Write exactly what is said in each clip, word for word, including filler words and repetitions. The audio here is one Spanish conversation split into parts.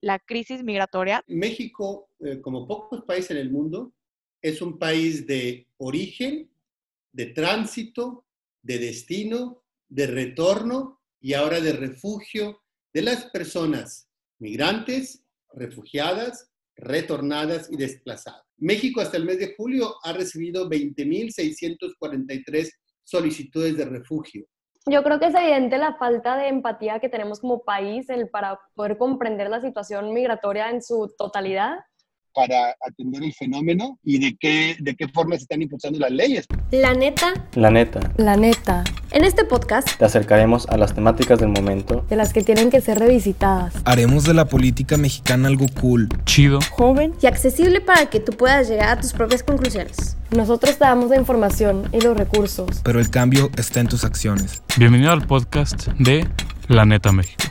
la crisis migratoria. México, eh, como pocos países en el mundo, es un país de origen, de tránsito, de destino, de retorno y ahora de refugio de las personas migrantes, refugiadas, retornadas y desplazadas. México hasta el mes de julio ha recibido veinte mil seiscientas cuarenta y tres solicitudes de refugio. Yo creo que es evidente la falta de empatía que tenemos como país el para poder comprender la situación migratoria en su totalidad. Para atender el fenómeno y de qué, de qué forma se están impulsando las leyes. La neta. La neta. La neta. En este podcast te acercaremos a las temáticas del momento, de las que tienen que ser revisitadas. Haremos de la política mexicana algo cool, chido, joven y accesible para que tú puedas llegar a tus propias conclusiones. Nosotros te damos la información y los recursos, pero el cambio está en tus acciones. Bienvenido al podcast de La Neta México.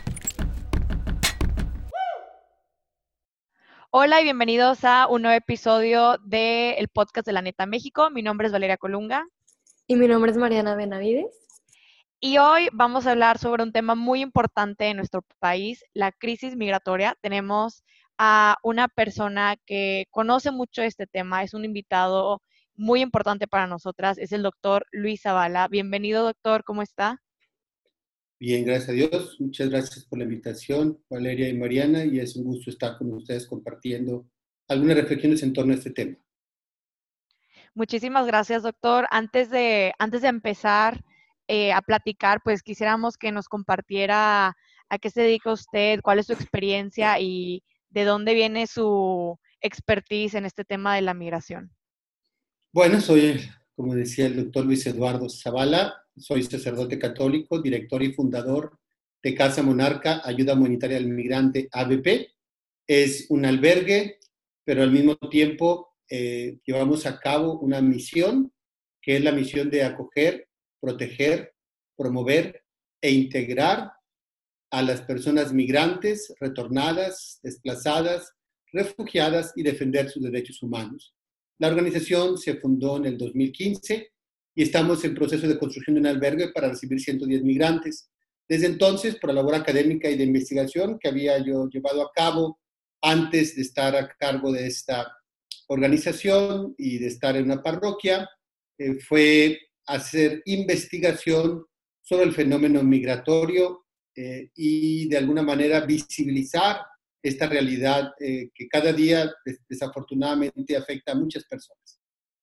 Hola y bienvenidos a un nuevo episodio del podcast de La Neta México. Mi nombre es Valeria Colunga. Y mi nombre es Mariana Benavides. Y hoy vamos a hablar sobre un tema muy importante en nuestro país, la crisis migratoria. Tenemos a una persona que conoce mucho este tema, es un invitado muy importante para nosotras, es el doctor Luis Zavala. Bienvenido, doctor, ¿cómo está? Bien, gracias a Dios. Muchas gracias por la invitación, Valeria y Mariana, y es un gusto estar con ustedes compartiendo algunas reflexiones en torno a este tema. Muchísimas gracias, doctor. Antes de, antes de empezar eh, a platicar, pues quisiéramos que nos compartiera a qué se dedica usted, cuál es su experiencia y de dónde viene su expertise en este tema de la migración. Bueno, soy, como decía el doctor Luis Eduardo Zavala, soy sacerdote católico, director y fundador de Casa Monarca, Ayuda Humanitaria al Migrante A B P. Es un albergue, pero al mismo tiempo eh, llevamos a cabo una misión, que es la misión de acoger, proteger, promover e integrar a las personas migrantes, retornadas, desplazadas, refugiadas y defender sus derechos humanos. La organización se fundó en el dos mil quince y estamos en proceso de construcción de un albergue para recibir ciento diez migrantes. Desde entonces, por la labor académica y de investigación que había yo llevado a cabo antes de estar a cargo de esta organización y de estar en una parroquia, eh, fue hacer investigación sobre el fenómeno migratorio eh, y de alguna manera visibilizar esta realidad eh, que cada día des- desafortunadamente afecta a muchas personas.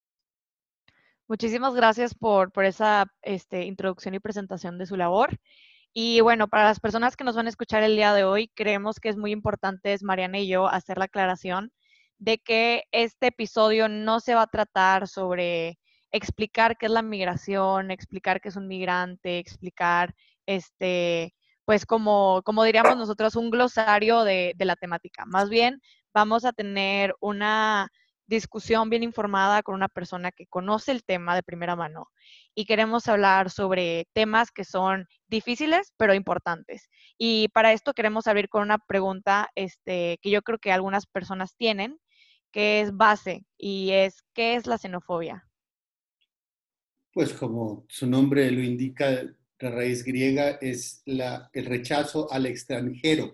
Muchísimas gracias por, por esa este, introducción y presentación de su labor. Y bueno, para las personas que nos van a escuchar el día de hoy, creemos que es muy importante, es Mariana y yo, hacer la aclaración de que este episodio no se va a tratar sobre explicar qué es la migración, explicar qué es un migrante, explicar, este, pues como, como diríamos nosotros, un glosario de, de la temática. Más bien, vamos a tener una discusión bien informada con una persona que conoce el tema de primera mano y queremos hablar sobre temas que son difíciles pero importantes. Y para esto queremos abrir con una pregunta este, que yo creo que algunas personas tienen, que es base y es, ¿qué es la xenofobia? Pues como su nombre lo indica, la raíz griega es la, el rechazo al extranjero,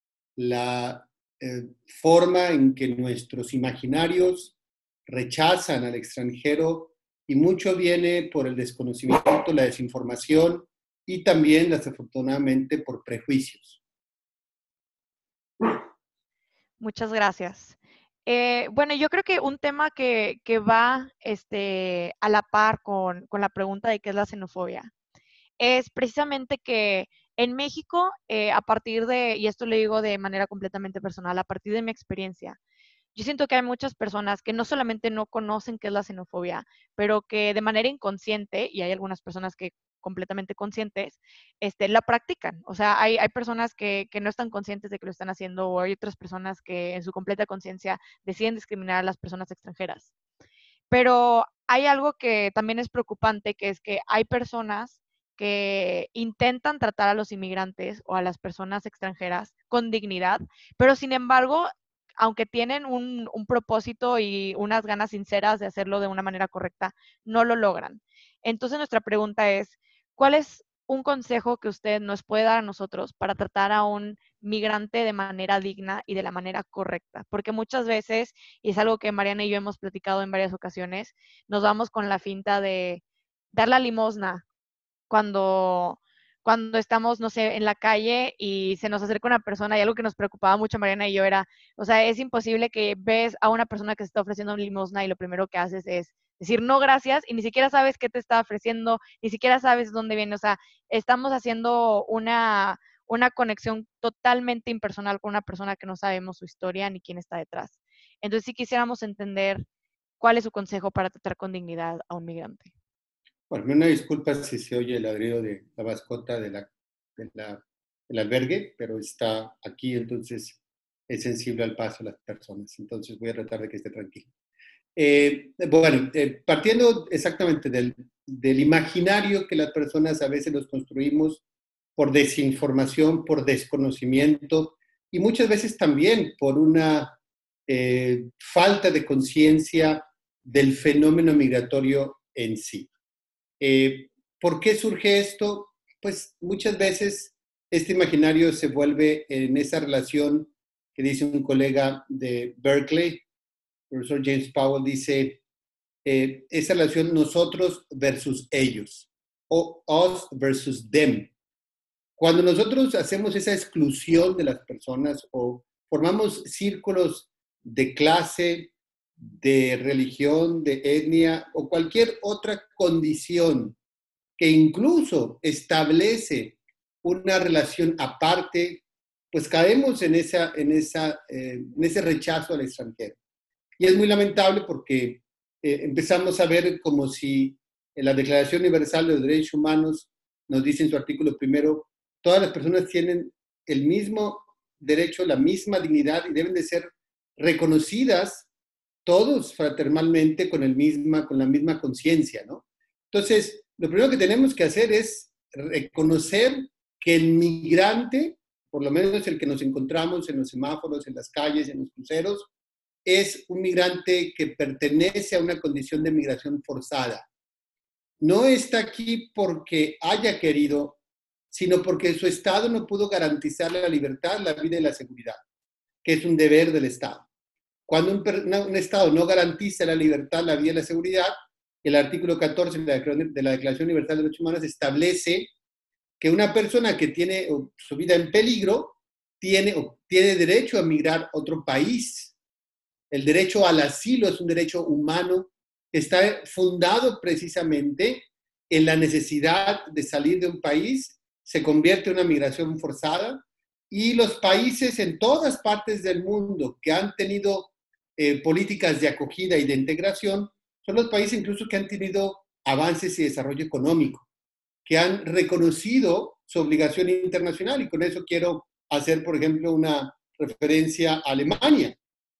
la eh, forma en que nuestros imaginarios rechazan al extranjero, y mucho viene por el desconocimiento, la desinformación y también, desafortunadamente, por prejuicios. Muchas gracias. Eh, bueno, yo creo que un tema que, que va este, a la par con, con la pregunta de qué es la xenofobia es precisamente que en México, eh, a partir de, y esto lo digo de manera completamente personal, a partir de mi experiencia, yo siento que hay muchas personas que no solamente no conocen qué es la xenofobia, pero que de manera inconsciente, y hay algunas personas que completamente conscientes, este, la practican. O sea, hay, hay personas que, que no están conscientes de que lo están haciendo, o hay otras personas que en su completa conciencia deciden discriminar a las personas extranjeras. Pero hay algo que también es preocupante, que es que hay personas que intentan tratar a los inmigrantes o a las personas extranjeras con dignidad, pero sin embargo, aunque tienen un, un propósito y unas ganas sinceras de hacerlo de una manera correcta, no lo logran. Entonces nuestra pregunta es, ¿cuál es un consejo que usted nos puede dar a nosotros para tratar a un migrante de manera digna y de la manera correcta? Porque muchas veces, y es algo que Mariana y yo hemos platicado en varias ocasiones, nos vamos con la finta de dar la limosna cuando, cuando estamos, no sé, en la calle y se nos acerca una persona, y algo que nos preocupaba mucho Mariana y yo era, o sea, es imposible que ves a una persona que se está ofreciendo limosna y lo primero que haces es decir no gracias y ni siquiera sabes qué te está ofreciendo, ni siquiera sabes dónde viene, o sea, estamos haciendo una, una conexión totalmente impersonal con una persona que no sabemos su historia ni quién está detrás. Entonces, sí quisiéramos entender cuál es su consejo para tratar con dignidad a un migrante. Bueno, una disculpa si se oye el ladrido de la mascota de la, de la, del albergue, pero está aquí, entonces es sensible al paso de las personas. Entonces voy a tratar de que esté tranquilo. Eh, bueno, eh, partiendo exactamente del, del imaginario que las personas a veces los construimos por desinformación, por desconocimiento y muchas veces también por una eh, falta de conciencia del fenómeno migratorio en sí. Eh, ¿Por qué surge esto? Pues muchas veces este imaginario se vuelve en esa relación que dice un colega de Berkeley, el profesor James Powell, dice, eh, esa relación nosotros versus ellos, o us versus them. Cuando nosotros hacemos esa exclusión de las personas o formamos círculos de clase, de religión, de etnia o cualquier otra condición que incluso establece una relación aparte, pues caemos en, esa, en, esa, eh, en ese rechazo al extranjero. Y es muy lamentable porque eh, empezamos a ver como si en la Declaración Universal de los Derechos Humanos nos dice en su artículo primero, todas las personas tienen el mismo derecho, la misma dignidad y deben de ser reconocidas todos fraternalmente con, el misma, con la misma conciencia, ¿no? Entonces, lo primero que tenemos que hacer es reconocer que el migrante, por lo menos el que nos encontramos en los semáforos, en las calles, en los cruceros, es un migrante que pertenece a una condición de migración forzada. No está aquí porque haya querido, sino porque su Estado no pudo garantizarle la libertad, la vida y la seguridad, que es un deber del Estado. Cuando un, un Estado no garantiza la libertad, la vida y la seguridad, el artículo catorce de la Declaración Universal de los Derechos Humanos establece que una persona que tiene su vida en peligro tiene, tiene derecho a migrar a otro país. El derecho al asilo es un derecho humano que está fundado precisamente en la necesidad de salir de un país, se convierte en una migración forzada y los países en todas partes del mundo que han tenido eh, políticas de acogida y de integración son los países incluso que han tenido avances y desarrollo económico, que han reconocido su obligación internacional y con eso quiero hacer, por ejemplo, una referencia a Alemania.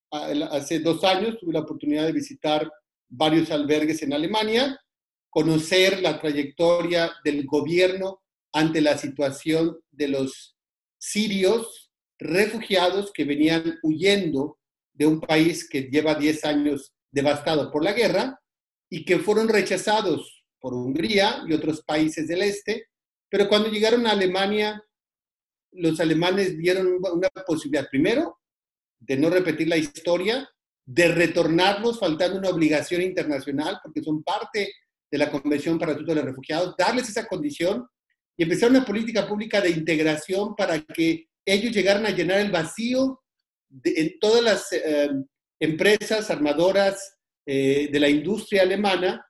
Hace dos años tuve la oportunidad de visitar varios albergues en Alemania, conocer la trayectoria del gobierno ante la situación de los sirios refugiados que venían huyendo de un país que lleva diez años devastado por la guerra y que fueron rechazados por Hungría y otros países del este, pero cuando llegaron a Alemania, los alemanes vieron una posibilidad, primero, de no repetir la historia, de retornarlos faltando una obligación internacional, porque son parte de la Convención para el Estatuto de los Refugiados, darles esa condición y empezar una política pública de integración para que ellos llegaran a llenar el vacío de, en todas las eh, empresas armadoras eh, de la industria alemana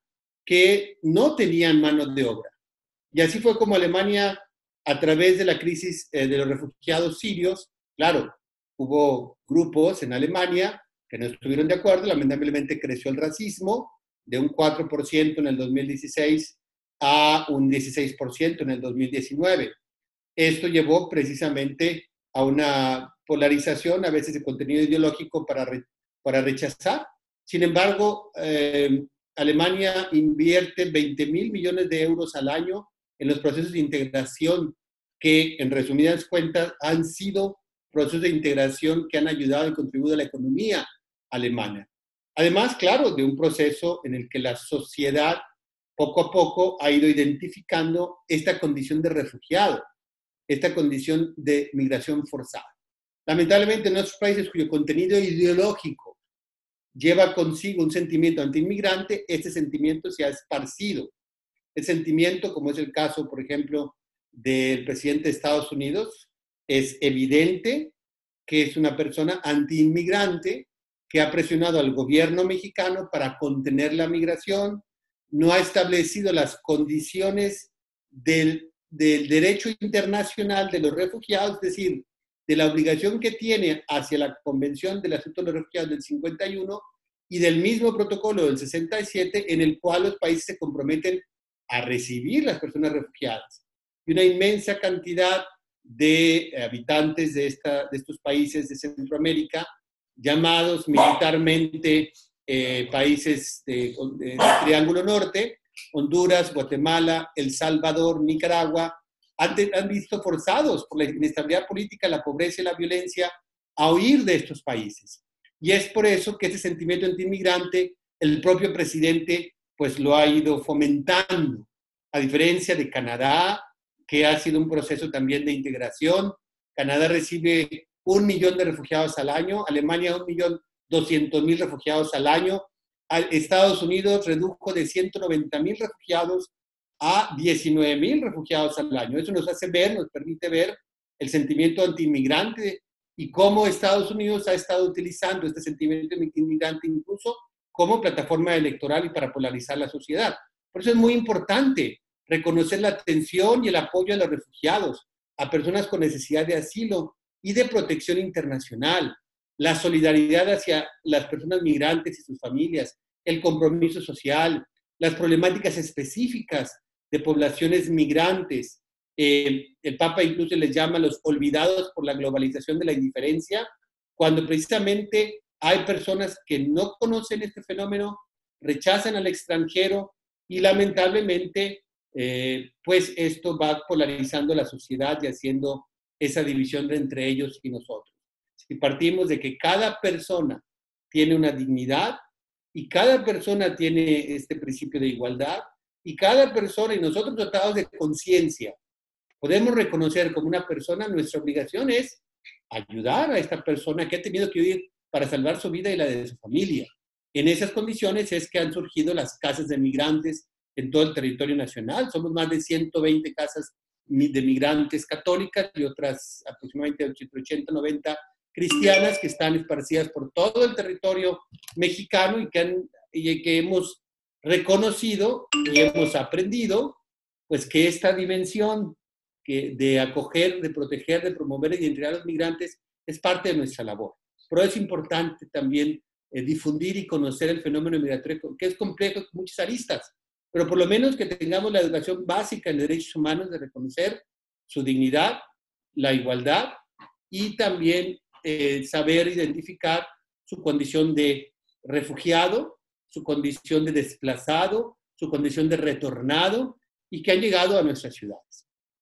que no tenían manos de obra. Y así fue como Alemania, a través de la crisis eh, de los refugiados sirios, claro, hubo grupos en Alemania que no estuvieron de acuerdo, lamentablemente creció el racismo de un cuatro por ciento en el dos mil dieciséis a un dieciséis por ciento en el dos mil diecinueve. Esto llevó precisamente a una polarización, a veces de contenido ideológico para, re, para rechazar. Sin embargo, eh, Alemania invierte veinte mil millones de euros al año en los procesos de integración que, en resumidas cuentas, han sido procesos de integración que han ayudado y contribuido a la economía alemana. Además, claro, de un proceso en el que la sociedad poco a poco ha ido identificando esta condición de refugiado, esta condición de migración forzada. Lamentablemente en nuestros países cuyo contenido ideológico lleva consigo un sentimiento antiinmigrante, este sentimiento se ha esparcido. El sentimiento, como es el caso, por ejemplo, del presidente de Estados Unidos, es evidente que es una persona antiinmigrante que ha presionado al gobierno mexicano para contener la migración, no ha establecido las condiciones del, del derecho internacional de los refugiados, es decir, de la obligación que tiene hacia la Convención del Asunto de los Refugiados del cincuenta y uno y del mismo protocolo del sesenta y siete, en el cual los países se comprometen a recibir las personas refugiadas. Y una inmensa cantidad de habitantes de, esta, de estos países de Centroamérica, llamados militarmente eh, países de, de, del Triángulo Norte, Honduras, Guatemala, El Salvador, Nicaragua, han, de, han visto forzados por la inestabilidad política, la pobreza y la violencia a huir de estos países. Y es por eso que ese sentimiento antiinmigrante, el propio presidente pues lo ha ido fomentando, a diferencia de Canadá, que ha sido un proceso también de integración. Canadá recibe un millón de refugiados al año, Alemania un millón doscientos mil refugiados al año, Estados Unidos redujo de ciento noventa mil refugiados a diecinueve mil refugiados al año. Eso nos hace ver, nos permite ver el sentimiento antiinmigrante y cómo Estados Unidos ha estado utilizando este sentimiento antiinmigrante incluso como plataforma electoral y para polarizar la sociedad. Por eso es muy importante reconocer la atención y el apoyo a los refugiados, a personas con necesidad de asilo y de protección internacional, la solidaridad hacia las personas migrantes y sus familias, el compromiso social, las problemáticas específicas de poblaciones migrantes. Eh, el Papa incluso les llama los olvidados por la globalización de la indiferencia, cuando precisamente hay personas que no conocen este fenómeno, rechazan al extranjero y lamentablemente eh, pues esto va polarizando la sociedad y haciendo esa división entre ellos y nosotros. Si partimos de que cada persona tiene una dignidad y cada persona tiene este principio de igualdad y cada persona, y nosotros dotados de conciencia, podemos reconocer como una persona, nuestra obligación es ayudar a esta persona que ha tenido que huir para salvar su vida y la de su familia. En esas condiciones es que han surgido las casas de migrantes en todo el territorio nacional. Somos más de ciento veinte casas de migrantes católicas y otras aproximadamente ochenta, noventa cristianas que están esparcidas por todo el territorio mexicano y que, han, y que hemos reconocido y hemos aprendido pues que esta dimensión que de acoger, de proteger, de promover y de integrar a los migrantes es parte de nuestra labor. Pero es importante también eh, difundir y conocer el fenómeno migratorio, que es complejo con muchas aristas, pero por lo menos que tengamos la educación básica en derechos humanos de reconocer su dignidad, la igualdad y también eh, saber identificar su condición de refugiado, su condición de desplazado, su condición de retornado y que han llegado a nuestras ciudades.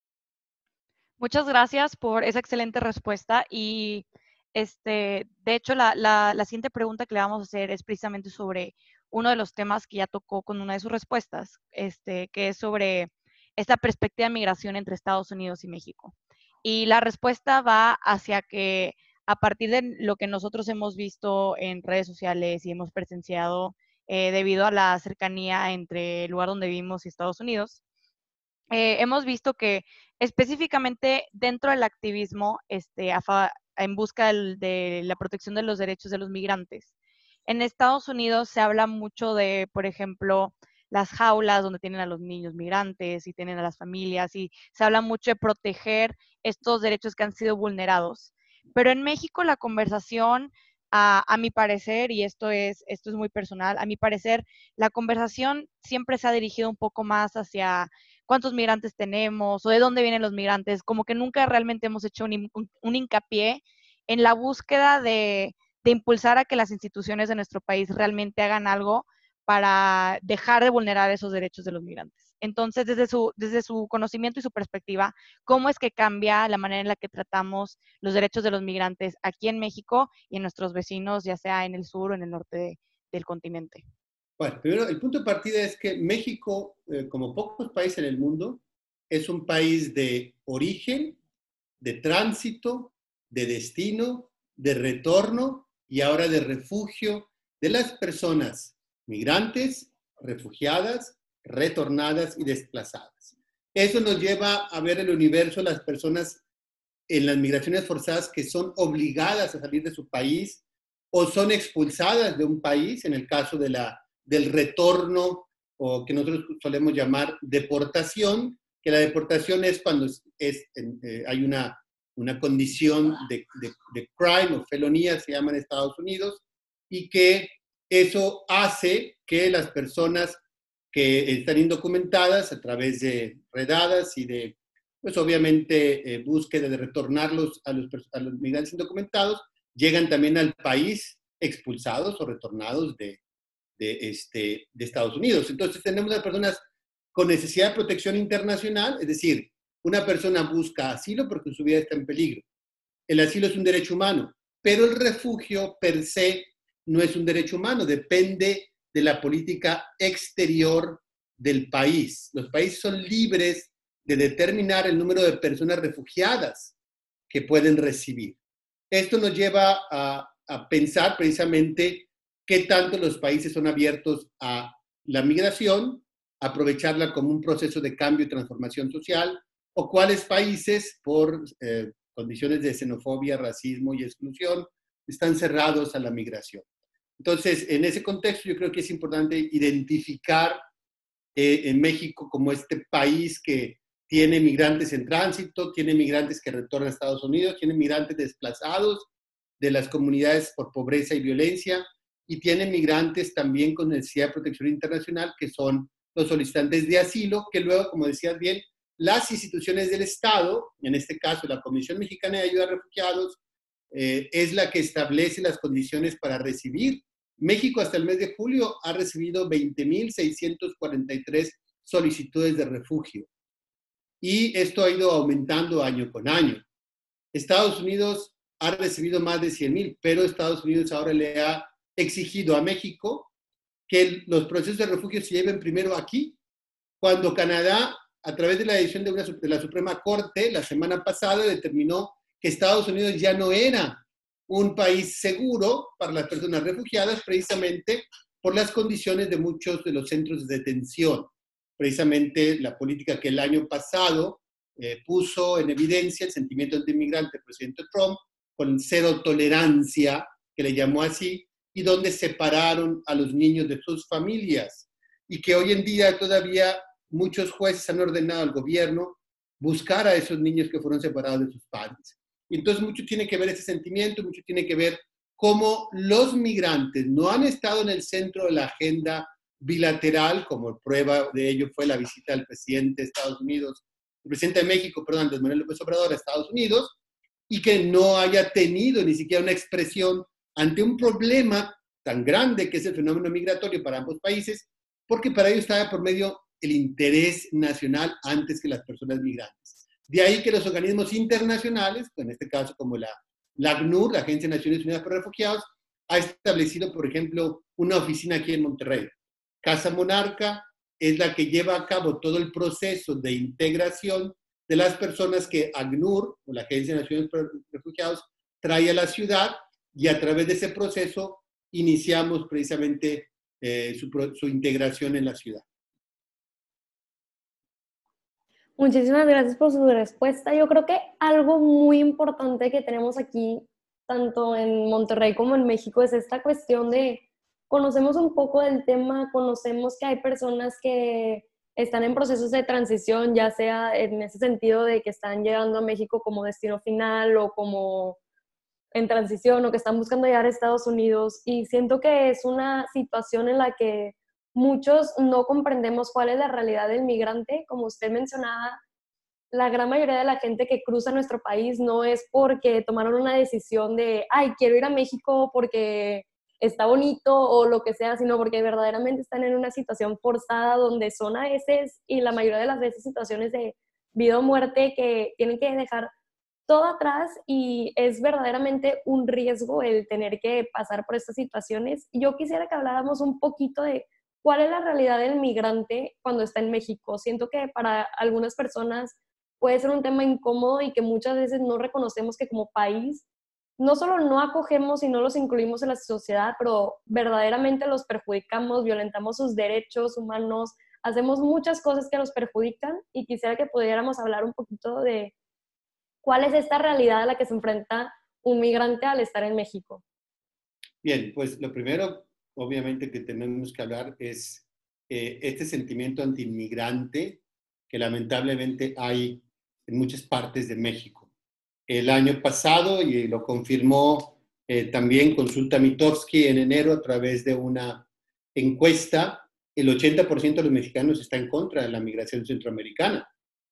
Muchas gracias por esa excelente respuesta y este, de hecho la, la, la siguiente pregunta que le vamos a hacer es precisamente sobre uno de los temas que ya tocó con una de sus respuestas, este, que es sobre esta perspectiva de migración entre Estados Unidos y México. Y la respuesta va hacia que a partir de lo que nosotros hemos visto en redes sociales y hemos presenciado eh, debido a la cercanía entre el lugar donde vivimos y Estados Unidos, eh, hemos visto que específicamente dentro del activismo este, a fa- en busca del, de la protección de los derechos de los migrantes, en Estados Unidos se habla mucho de, por ejemplo, las jaulas donde tienen a los niños migrantes y tienen a las familias y se habla mucho de proteger estos derechos que han sido vulnerados. Pero en México la conversación, a, a mi parecer, y esto es, esto es muy personal, a mi parecer, la conversación siempre se ha dirigido un poco más hacia cuántos migrantes tenemos o de dónde vienen los migrantes, como que nunca realmente hemos hecho un, un, un hincapié en la búsqueda de, de impulsar a que las instituciones de nuestro país realmente hagan algo para dejar de vulnerar esos derechos de los migrantes. Entonces, desde su, desde su conocimiento y su perspectiva, ¿cómo es que cambia la manera en la que tratamos los derechos de los migrantes aquí en México y en nuestros vecinos, ya sea en el sur o en el norte de, del continente? Bueno, primero, el punto de partida es que México, eh, como pocos países en el mundo, es un país de origen, de tránsito, de destino, de retorno y ahora de refugio de las personas migrantes, refugiadas, retornadas y desplazadas. Eso nos lleva a ver el universo, las personas en las migraciones forzadas que son obligadas a salir de su país o son expulsadas de un país, en el caso de la, del retorno, o que nosotros solemos llamar deportación, que la deportación es cuando es, es, eh, hay una, una condición de, de, de crime o felonía, se llama en Estados Unidos, y que eso hace que las personas que están indocumentadas a través de redadas y de, pues obviamente, eh, búsqueda de retornarlos a los, a los migrantes indocumentados, llegan también al país expulsados o retornados de, de, este, de Estados Unidos. Entonces tenemos a personas con necesidad de protección internacional, es decir, una persona busca asilo porque su vida está en peligro. El asilo es un derecho humano, pero el refugio per se no es un derecho humano, depende de la política exterior del país. Los países son libres de determinar el número de personas refugiadas que pueden recibir. Esto nos lleva a, a pensar precisamente qué tanto los países son abiertos a la migración, aprovecharla como un proceso de cambio y transformación social, o cuáles países, por eh, condiciones de xenofobia, racismo y exclusión, están cerrados a la migración. Entonces, en ese contexto, yo creo que es importante identificar eh, en México como este país que tiene migrantes en tránsito, tiene migrantes que retornan a Estados Unidos, tiene migrantes desplazados de las comunidades por pobreza y violencia, y tiene migrantes también con necesidad de protección internacional, que son los solicitantes de asilo, que luego, como decías bien, las instituciones del Estado, en este caso la Comisión Mexicana de Ayuda a Refugiados, eh, es la que establece las condiciones para recibir. México hasta el mes de julio ha recibido veinte mil seiscientas cuarenta y tres solicitudes de refugio. Y esto ha ido aumentando año con año. Estados Unidos ha recibido más de cien mil, pero Estados Unidos ahora le ha exigido a México que los procesos de refugio se lleven primero aquí, cuando Canadá, a través de la decisión de, una, de la Suprema Corte, la semana pasada determinó que Estados Unidos ya no era un país seguro para las personas refugiadas, precisamente por las condiciones de muchos de los centros de detención. Precisamente la política que el año pasado eh, puso en evidencia el sentimiento antiinmigrante del presidente Trump, con cero tolerancia, que le llamó así, y donde separaron a los niños de sus familias. Y que hoy en día todavía muchos jueces han ordenado al gobierno buscar a esos niños que fueron separados de sus padres. Y entonces mucho tiene que ver ese sentimiento, mucho tiene que ver cómo los migrantes no han estado en el centro de la agenda bilateral, como prueba de ello fue la visita del presidente de Estados Unidos, el presidente de México, perdón, Andrés Manuel López Obrador, a Estados Unidos, y que no haya tenido ni siquiera una expresión ante un problema tan grande que es el fenómeno migratorio para ambos países, porque para ello estaba por medio el interés nacional antes que las personas migrantes. De ahí que los organismos internacionales, en este caso como la, la ACNUR, la Agencia de Naciones Unidas para Refugiados, ha establecido, por ejemplo, una oficina aquí en Monterrey. Casa Monarca es la que lleva a cabo todo el proceso de integración de las personas que ACNUR, o la Agencia de Naciones para Refugiados, trae a la ciudad, y a través de ese proceso iniciamos precisamente eh, su, su integración en la ciudad. Muchísimas gracias por su respuesta. Yo creo que algo muy importante que tenemos aquí, tanto en Monterrey como en México, es esta cuestión de conocemos un poco del tema, conocemos que hay personas que están en procesos de transición, ya sea en ese sentido de que están llegando a México como destino final o como en transición o que están buscando llegar a Estados Unidos, y siento que es una situación en la que muchos no comprendemos cuál es la realidad del migrante. Como usted mencionaba, la gran mayoría de la gente que cruza nuestro país no es porque tomaron una decisión de, ay, quiero ir a México porque está bonito o lo que sea, sino porque verdaderamente están en una situación forzada donde son a veces, y la mayoría de las veces, situaciones de vida o muerte que tienen que dejar todo atrás, y es verdaderamente un riesgo el tener que pasar por estas situaciones. Yo quisiera que habláramos un poquito de ¿cuál es la realidad del migrante cuando está en México? Siento que para algunas personas puede ser un tema incómodo y que muchas veces no reconocemos que como país no solo no acogemos y no los incluimos en la sociedad, pero verdaderamente los perjudicamos, violentamos sus derechos humanos, hacemos muchas cosas que los perjudican, y quisiera que pudiéramos hablar un poquito de cuál es esta realidad a la que se enfrenta un migrante al estar en México. Bien, pues lo primero, obviamente, que tenemos que hablar es eh, este sentimiento antiinmigrante que lamentablemente hay en muchas partes de México. El año pasado, y lo confirmó eh, también Consulta Mitofsky en enero a través de una encuesta, el ochenta por ciento de los mexicanos está en contra de la migración centroamericana.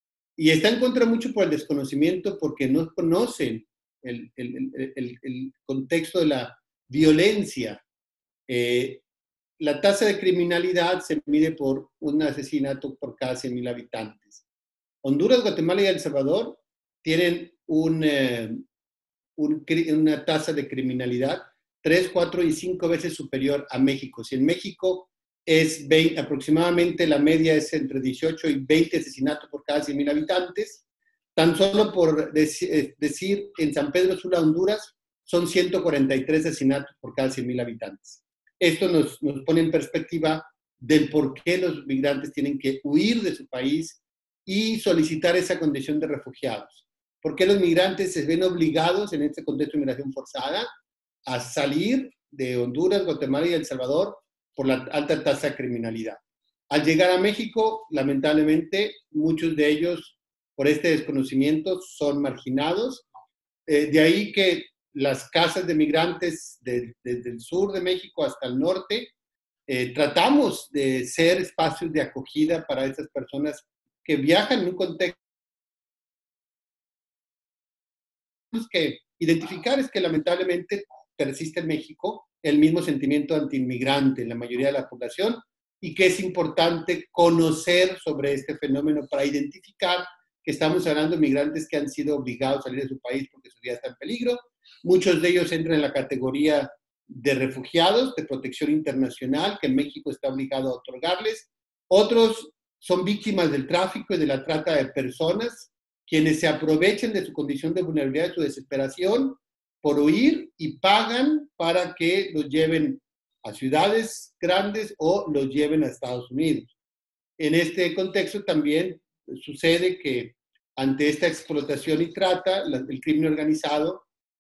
Y está en contra mucho por el desconocimiento, porque no conocen el, el, el, el contexto de la violencia. Eh, la tasa de criminalidad se mide por un asesinato por cada cien mil habitantes. Honduras, Guatemala y El Salvador tienen un, eh, un, una tasa de criminalidad tres, cuatro y cinco veces superior a México. Si en México es veinte, aproximadamente la media es entre dieciocho y veinte asesinatos por cada cien mil habitantes, tan solo por dec- decir, en San Pedro Sula, Honduras, son ciento cuarenta y tres asesinatos por cada cien mil habitantes. Esto nos, nos pone en perspectiva del por qué los migrantes tienen que huir de su país y solicitar esa condición de refugiados. ¿Por qué los migrantes se ven obligados en este contexto de migración forzada a salir de Honduras, Guatemala y El Salvador por la alta tasa de criminalidad? Al llegar a México, lamentablemente, muchos de ellos, por este desconocimiento, son marginados. Eh, de ahí que las casas de migrantes de, desde el sur de México hasta el norte, eh, tratamos de ser espacios de acogida para estas personas que viajan en un contexto que identificar es que lamentablemente persiste en México el mismo sentimiento antiinmigrante en la mayoría de la población, y que es importante conocer sobre este fenómeno para identificar que estamos hablando de migrantes que han sido obligados a salir de su país porque su vida está en peligro. Muchos de ellos entran en la categoría de refugiados, de protección internacional, que México está obligado a otorgarles. Otros son víctimas del tráfico y de la trata de personas, quienes se aprovechan de su condición de vulnerabilidad, de su desesperación, por huir y pagan para que los lleven a ciudades grandes o los lleven a Estados Unidos. En este contexto también sucede que ante esta explotación y trata, el crimen organizado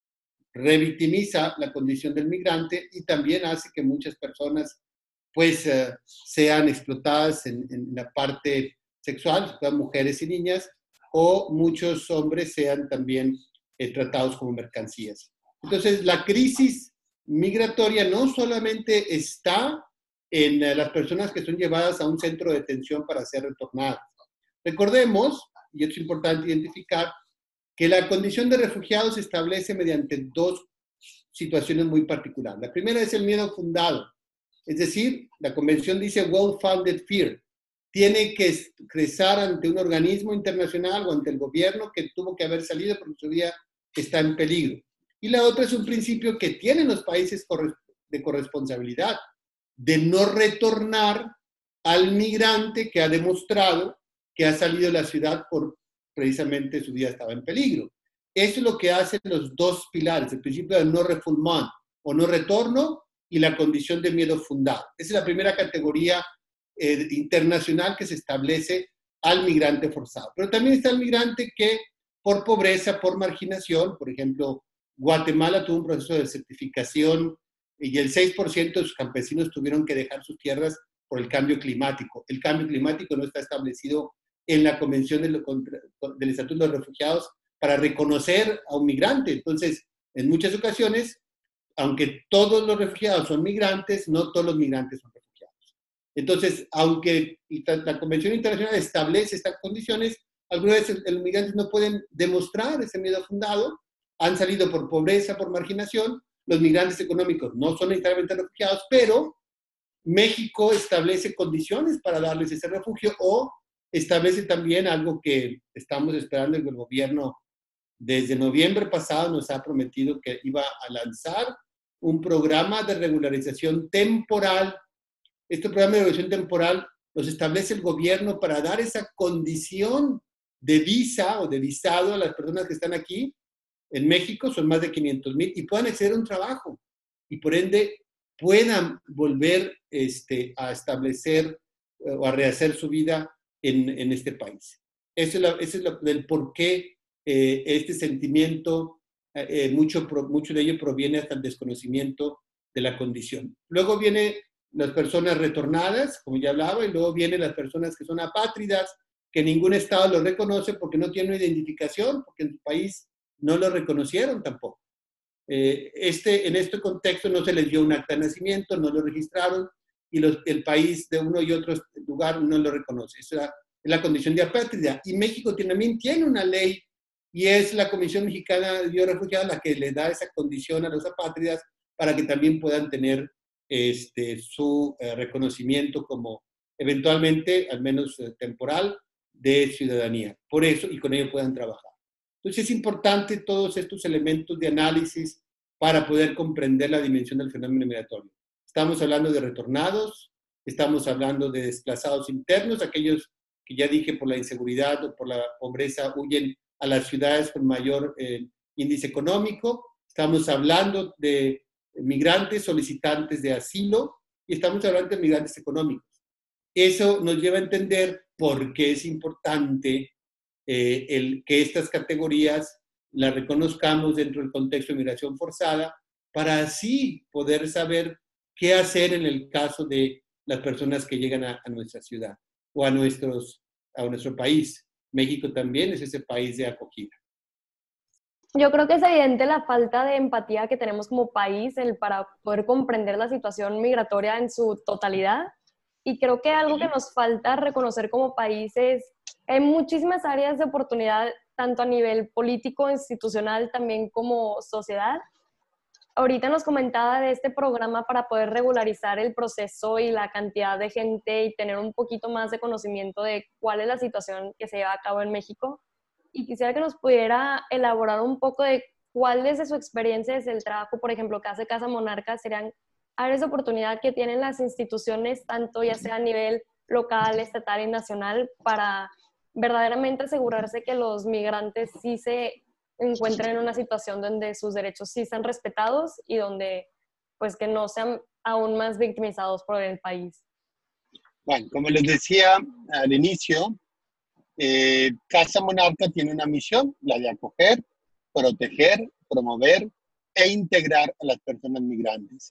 revictimiza la condición del migrante y también hace que muchas personas pues uh, sean explotadas en, en la parte sexual, mujeres y niñas, o muchos hombres sean también eh, tratados como mercancías. Entonces, la crisis migratoria no solamente está en uh, las personas que son llevadas a un centro de detención para ser retornadas. Recordemos, y es importante identificar, que la condición de refugiado se establece mediante dos situaciones muy particulares. La primera es el miedo fundado, es decir, la convención dice well-founded fear. Tiene que expresar ante un organismo internacional o ante el gobierno que tuvo que haber salido porque su vida está en peligro. Y la otra es un principio que tienen los países de corresponsabilidad, de no retornar al migrante que ha demostrado que ha salido de la ciudad por precisamente su vida estaba en peligro. Eso es lo que hacen los dos pilares, el principio de no refoulement o no retorno y la condición de miedo fundado. Esa es la primera categoría eh, internacional que se establece al migrante forzado. Pero también está el migrante que por pobreza, por marginación, por ejemplo, Guatemala tuvo un proceso de certificación y el seis por ciento de sus campesinos tuvieron que dejar sus tierras por el cambio climático. El cambio climático no está establecido en la Convención del, del Estatuto de los Refugiados para reconocer a un migrante. Entonces, en muchas ocasiones, aunque todos los refugiados son migrantes, no todos los migrantes son refugiados. Entonces, aunque la Convención Internacional establece estas condiciones, algunas veces los migrantes no pueden demostrar ese miedo fundado, han salido por pobreza, por marginación. Los migrantes económicos no son necesariamente refugiados, pero México establece condiciones para darles ese refugio o establece también algo que estamos esperando, que el gobierno desde noviembre pasado nos ha prometido que iba a lanzar un programa de regularización temporal Este programa de regulación temporal los establece el gobierno para dar esa condición de visa o de visado a las personas que están aquí en México, son más de quinientos mil, y puedan acceder a un trabajo y por ende puedan volver este, a establecer eh, o a rehacer su vida en, en este país. Eso es, la, eso es la, el por qué eh, este sentimiento, eh, mucho, mucho de ello proviene hasta el desconocimiento de la condición. Luego vienen las personas retornadas, como ya hablaba, y luego vienen las personas que son apátridas, que ningún estado los reconoce porque no tienen una identificación, porque en su país no lo reconocieron tampoco. Eh, este, en este contexto no se les dio un acta de nacimiento, no lo registraron, y los, el país de uno y otro lugar no lo reconoce. Esa es la condición de apátrida. Y México también tiene una ley, y es la Comisión Mexicana de Refugiados la que le da esa condición a los apátridas para que también puedan tener este, su eh, reconocimiento como eventualmente, al menos eh, temporal, de ciudadanía. Por eso, y con ello puedan trabajar. Entonces es importante todos estos elementos de análisis para poder comprender la dimensión del fenómeno migratorio. Estamos hablando de retornados, estamos hablando de desplazados internos, aquellos que ya dije por la inseguridad o por la pobreza huyen a las ciudades con mayor eh, índice económico, estamos hablando de migrantes solicitantes de asilo y estamos hablando de migrantes económicos. Eso nos lleva a entender por qué es importante eh, el, que estas categorías las reconozcamos dentro del contexto de migración forzada para así poder saber qué hacer en el caso de las personas que llegan a, a nuestra ciudad o a, nuestros, a nuestro país. México también es ese país de acogida. Yo creo que es evidente la falta de empatía que tenemos como país el, para poder comprender la situación migratoria en su totalidad. Y creo que algo que nos falta reconocer como país es hay muchísimas áreas de oportunidad, tanto a nivel político, institucional, también como sociedad. Ahorita nos comentaba de este programa para poder regularizar el proceso y la cantidad de gente y tener un poquito más de conocimiento de cuál es la situación que se lleva a cabo en México. Y quisiera que nos pudiera elaborar un poco de cuál desde su experiencia, desde el trabajo, por ejemplo, que hace Casa Monarca, serían áreas de oportunidad que tienen las instituciones, tanto ya sea a nivel local, estatal y nacional, para verdaderamente asegurarse que los migrantes sí se encuentren en una situación donde sus derechos sí sean respetados y donde pues que no sean aún más victimizados por el país. Bueno, como les decía al inicio, eh, Casa Monarca tiene una misión, la de acoger, proteger, promover e integrar a las personas migrantes.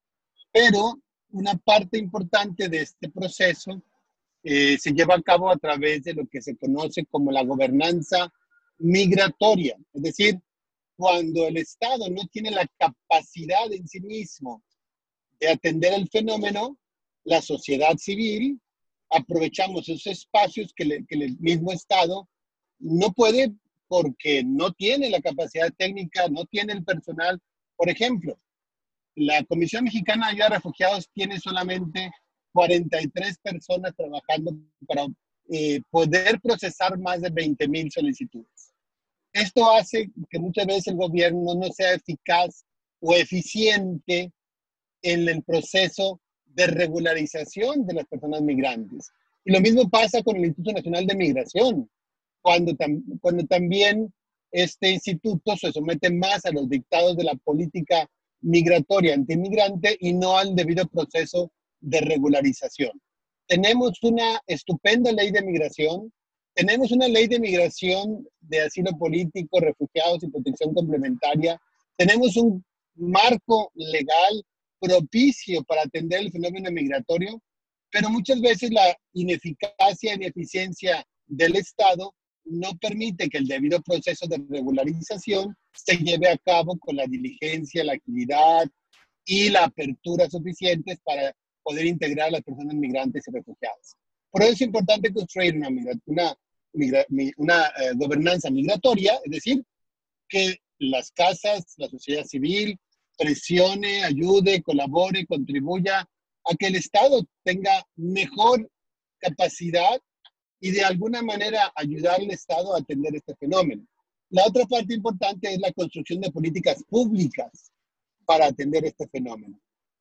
Pero una parte importante de este proceso eh, se lleva a cabo a través de lo que se conoce como la gobernanza migratoria. Es decir, cuando el Estado no tiene la capacidad en sí mismo de atender el fenómeno, la sociedad civil aprovechamos esos espacios que, le, que el mismo Estado no puede porque no tiene la capacidad técnica, no tiene el personal. Por ejemplo, la Comisión Mexicana de Ayuda a Refugiados tiene solamente cuarenta y tres personas trabajando para eh, poder procesar más de veinte mil solicitudes. Esto hace que muchas veces el gobierno no sea eficaz o eficiente en el proceso de regularización de las personas migrantes. Y lo mismo pasa con el Instituto Nacional de Migración, cuando, tam cuando también este instituto se somete más a los dictados de la política migratoria antimigrante y no al debido proceso de regularización. Tenemos una estupenda ley de migración, tenemos una ley de migración de asilo político, refugiados y protección complementaria, tenemos un marco legal propicio para atender el fenómeno migratorio, pero muchas veces la ineficacia e ineficiencia del Estado no permite que el debido proceso de regularización se lleve a cabo con la diligencia, la agilidad y la apertura suficientes para poder integrar a las personas migrantes y refugiadas. Por eso es importante construir una, una, una, una eh, gobernanza migratoria, es decir, que las casas, la sociedad civil, presione, ayude, colabore, contribuya a que el Estado tenga mejor capacidad y de alguna manera ayudar al Estado a atender este fenómeno. La otra parte importante es la construcción de políticas públicas para atender este fenómeno.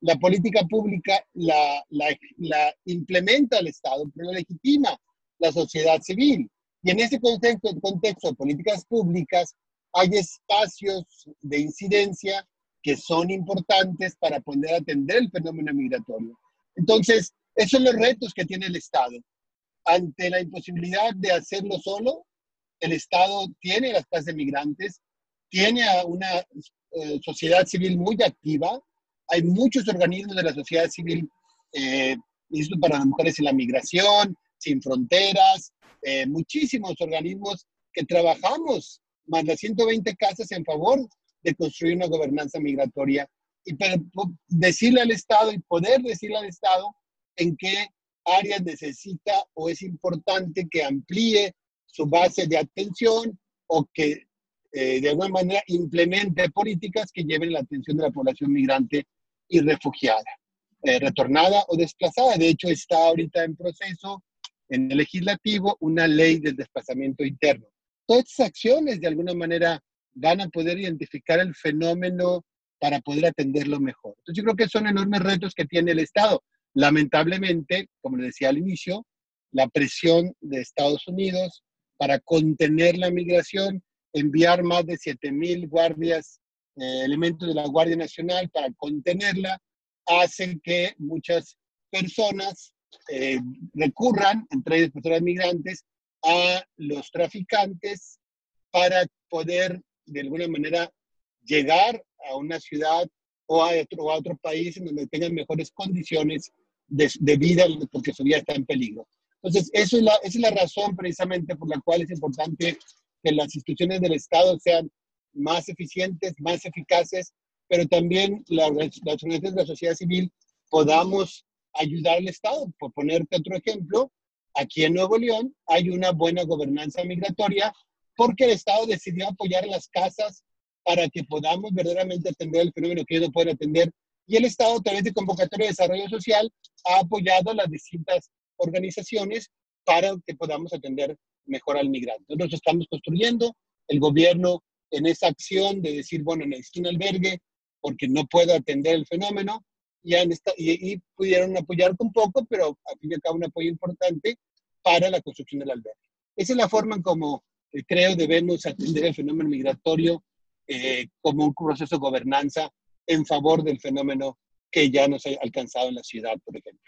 la política pública la, la, la implementa el Estado, pero la legitima la sociedad civil. Y en ese contexto, contexto de políticas públicas hay espacios de incidencia que son importantes para poder atender el fenómeno migratorio. Entonces, esos son los retos que tiene el Estado. Ante la imposibilidad de hacerlo solo, el Estado tiene las clases migrantes, tiene a una eh, sociedad civil muy activa. Hay muchos organismos de la sociedad civil, eh, Instituto para las Mujeres en la Migración, Sin Fronteras, eh, muchísimos organismos que trabajamos, más de ciento veinte casas en favor de construir una gobernanza migratoria y para decirle al Estado y poder decirle al Estado en qué áreas necesita o es importante que amplíe su base de atención o que eh, de alguna manera implemente políticas que lleven la atención de la población migrante y refugiada, eh, retornada o desplazada. De hecho, está ahorita en proceso en el legislativo una ley del desplazamiento interno. Todas estas acciones de alguna manera van a poder identificar el fenómeno para poder atenderlo mejor. Entonces yo creo que son enormes retos que tiene el Estado. Lamentablemente, como les decía al inicio, la presión de Estados Unidos para contener la migración, enviar más de siete mil guardias, eh, elementos de la Guardia Nacional para contenerla, hacen que muchas personas eh, recurran, entre ellas personas migrantes, a los traficantes para poder de alguna manera llegar a una ciudad o a otro, a otro país en donde tengan mejores condiciones de, de vida porque su vida está en peligro. Entonces, eso es la, esa es la razón precisamente por la cual es importante que las instituciones del Estado sean más eficientes, más eficaces, pero también las organizaciones de la sociedad civil podamos ayudar al Estado. Por ponerte otro ejemplo, aquí en Nuevo León hay una buena gobernanza migratoria porque el Estado decidió apoyar las casas para que podamos verdaderamente atender el fenómeno que ellos no pueden atender. Y el Estado, a través de Convocatoria de Desarrollo Social, ha apoyado a las distintas organizaciones para que podamos atender mejor al migrante. Nosotros estamos construyendo, el gobierno en esa acción de decir, bueno, necesito un albergue porque no puedo atender el fenómeno, y, han esta, y, y pudieron apoyar un poco, pero al fin y al cabo un apoyo importante para la construcción del albergue. Esa es la forma en como eh, creo debemos atender el fenómeno migratorio eh, como un proceso de gobernanza en favor del fenómeno que ya nos ha alcanzado en la ciudad, por ejemplo.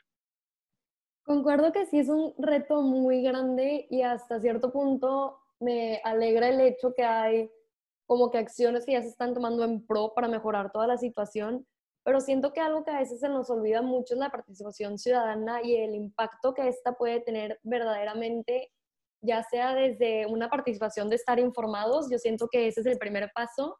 Concuerdo que sí es un reto muy grande y hasta cierto punto me alegra el hecho que hay como que acciones que ya se están tomando en pro para mejorar toda la situación, pero siento que algo que a veces se nos olvida mucho es la participación ciudadana y el impacto que esta puede tener verdaderamente, ya sea desde una participación de estar informados, yo siento que ese es el primer paso,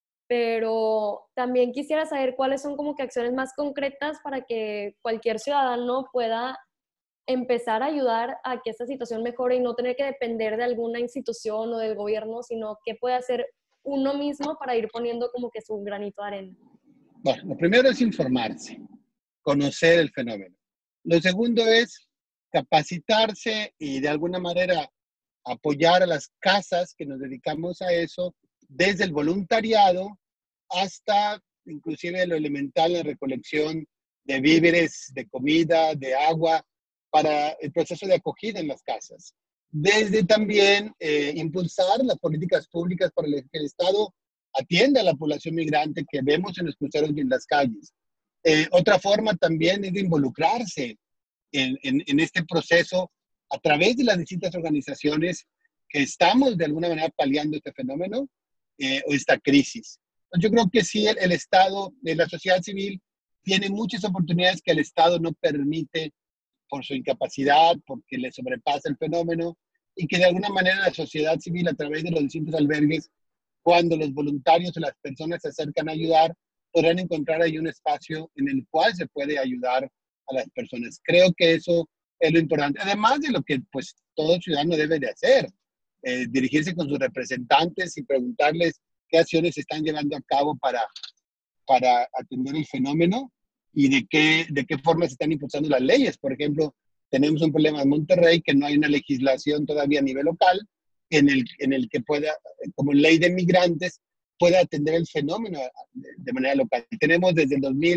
pero también quisiera saber cuáles son como que acciones más concretas para que cualquier ciudadano pueda empezar a ayudar a que esta situación mejore y no tener que depender de alguna institución o del gobierno, sino que puede hacer uno mismo para ir poniendo como que su granito de arena. Bueno, lo primero es informarse, conocer el fenómeno. Lo segundo es capacitarse y de alguna manera apoyar a las casas que nos dedicamos a eso, desde el voluntariado hasta inclusive lo elemental, la recolección de víveres, de comida, de agua, para el proceso de acogida en las casas. Desde también eh, impulsar las políticas públicas para que el Estado atienda a la población migrante que vemos en los cruceros y en las calles. Eh, otra forma también es de involucrarse en, en, en este proceso a través de las distintas organizaciones que estamos de alguna manera paliando este fenómeno eh, o esta crisis. Yo creo que sí, el, el Estado, eh, la sociedad civil, tiene muchas oportunidades que el Estado no permite por su incapacidad, porque le sobrepasa el fenómeno, y que de alguna manera la sociedad civil, a través de los distintos albergues, cuando los voluntarios o las personas se acercan a ayudar, podrán encontrar ahí un espacio en el cual se puede ayudar a las personas. Creo que eso es lo importante. Además de lo que pues, todo ciudadano debe de hacer, eh, dirigirse con sus representantes y preguntarles qué acciones se están llevando a cabo para, para atender el fenómeno y de qué, de qué forma se están impulsando las leyes. Por ejemplo, tenemos un problema en Monterrey que no hay una legislación todavía a nivel local en el, en el que pueda, como ley de migrantes, pueda atender el fenómeno de, de manera local. Tenemos desde el dos mil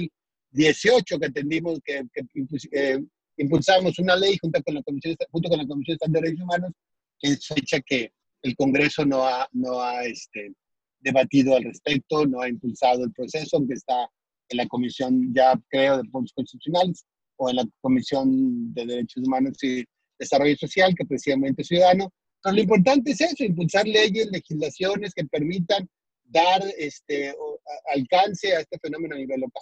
dieciocho que atendimos, que, que eh, impulsamos una ley junto con la Comisión, junto con la Comisión Estatal de Derechos Humanos, que es fecha que el Congreso no ha, no ha este, debatido al respecto, no ha impulsado el proceso, aunque está en la Comisión, ya creo, de Puntos Constitucionales, o en la Comisión de Derechos Humanos y Desarrollo Social, que precisamente es ciudadano. Pero lo importante es eso, impulsar leyes, legislaciones que permitan dar este, alcance a este fenómeno a nivel local.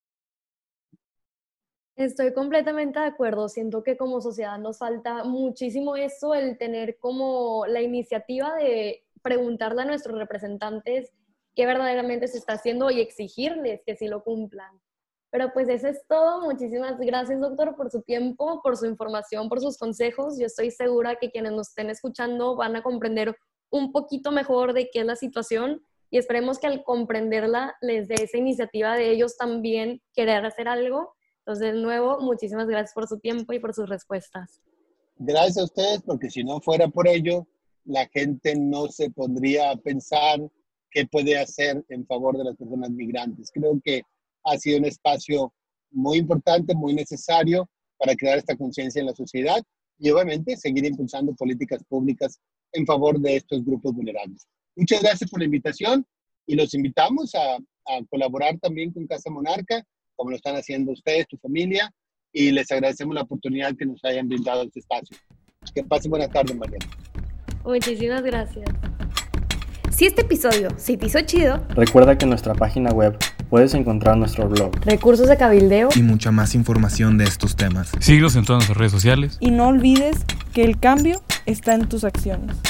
Estoy completamente de acuerdo. Siento que como sociedad nos falta muchísimo eso, el tener como la iniciativa de preguntarle a nuestros representantes qué verdaderamente se está haciendo y exigirles que sí lo cumplan. Pero pues eso es todo. Muchísimas gracias, doctor, por su tiempo, por su información, por sus consejos. Yo estoy segura que quienes nos estén escuchando van a comprender un poquito mejor de qué es la situación y esperemos que al comprenderla les dé esa iniciativa de ellos también querer hacer algo. Entonces, de nuevo, muchísimas gracias por su tiempo y por sus respuestas. Gracias a ustedes, porque si no fuera por ello, la gente no se pondría a pensar qué puede hacer en favor de las personas migrantes. Creo que ha sido un espacio muy importante, muy necesario para crear esta conciencia en la sociedad y obviamente seguir impulsando políticas públicas en favor de estos grupos vulnerables. Muchas gracias por la invitación y los invitamos a, a colaborar también con Casa Monarca, como lo están haciendo ustedes, tu familia, y les agradecemos la oportunidad que nos hayan brindado este espacio. Que pasen buenas tardes, Mariana. Muchísimas gracias. Si este episodio se te hizo chido, recuerda que en nuestra página web puedes encontrar nuestro blog, recursos de cabildeo y mucha más información de estos temas. Síguenos en todas nuestras redes sociales. Y no olvides que el cambio está en tus acciones.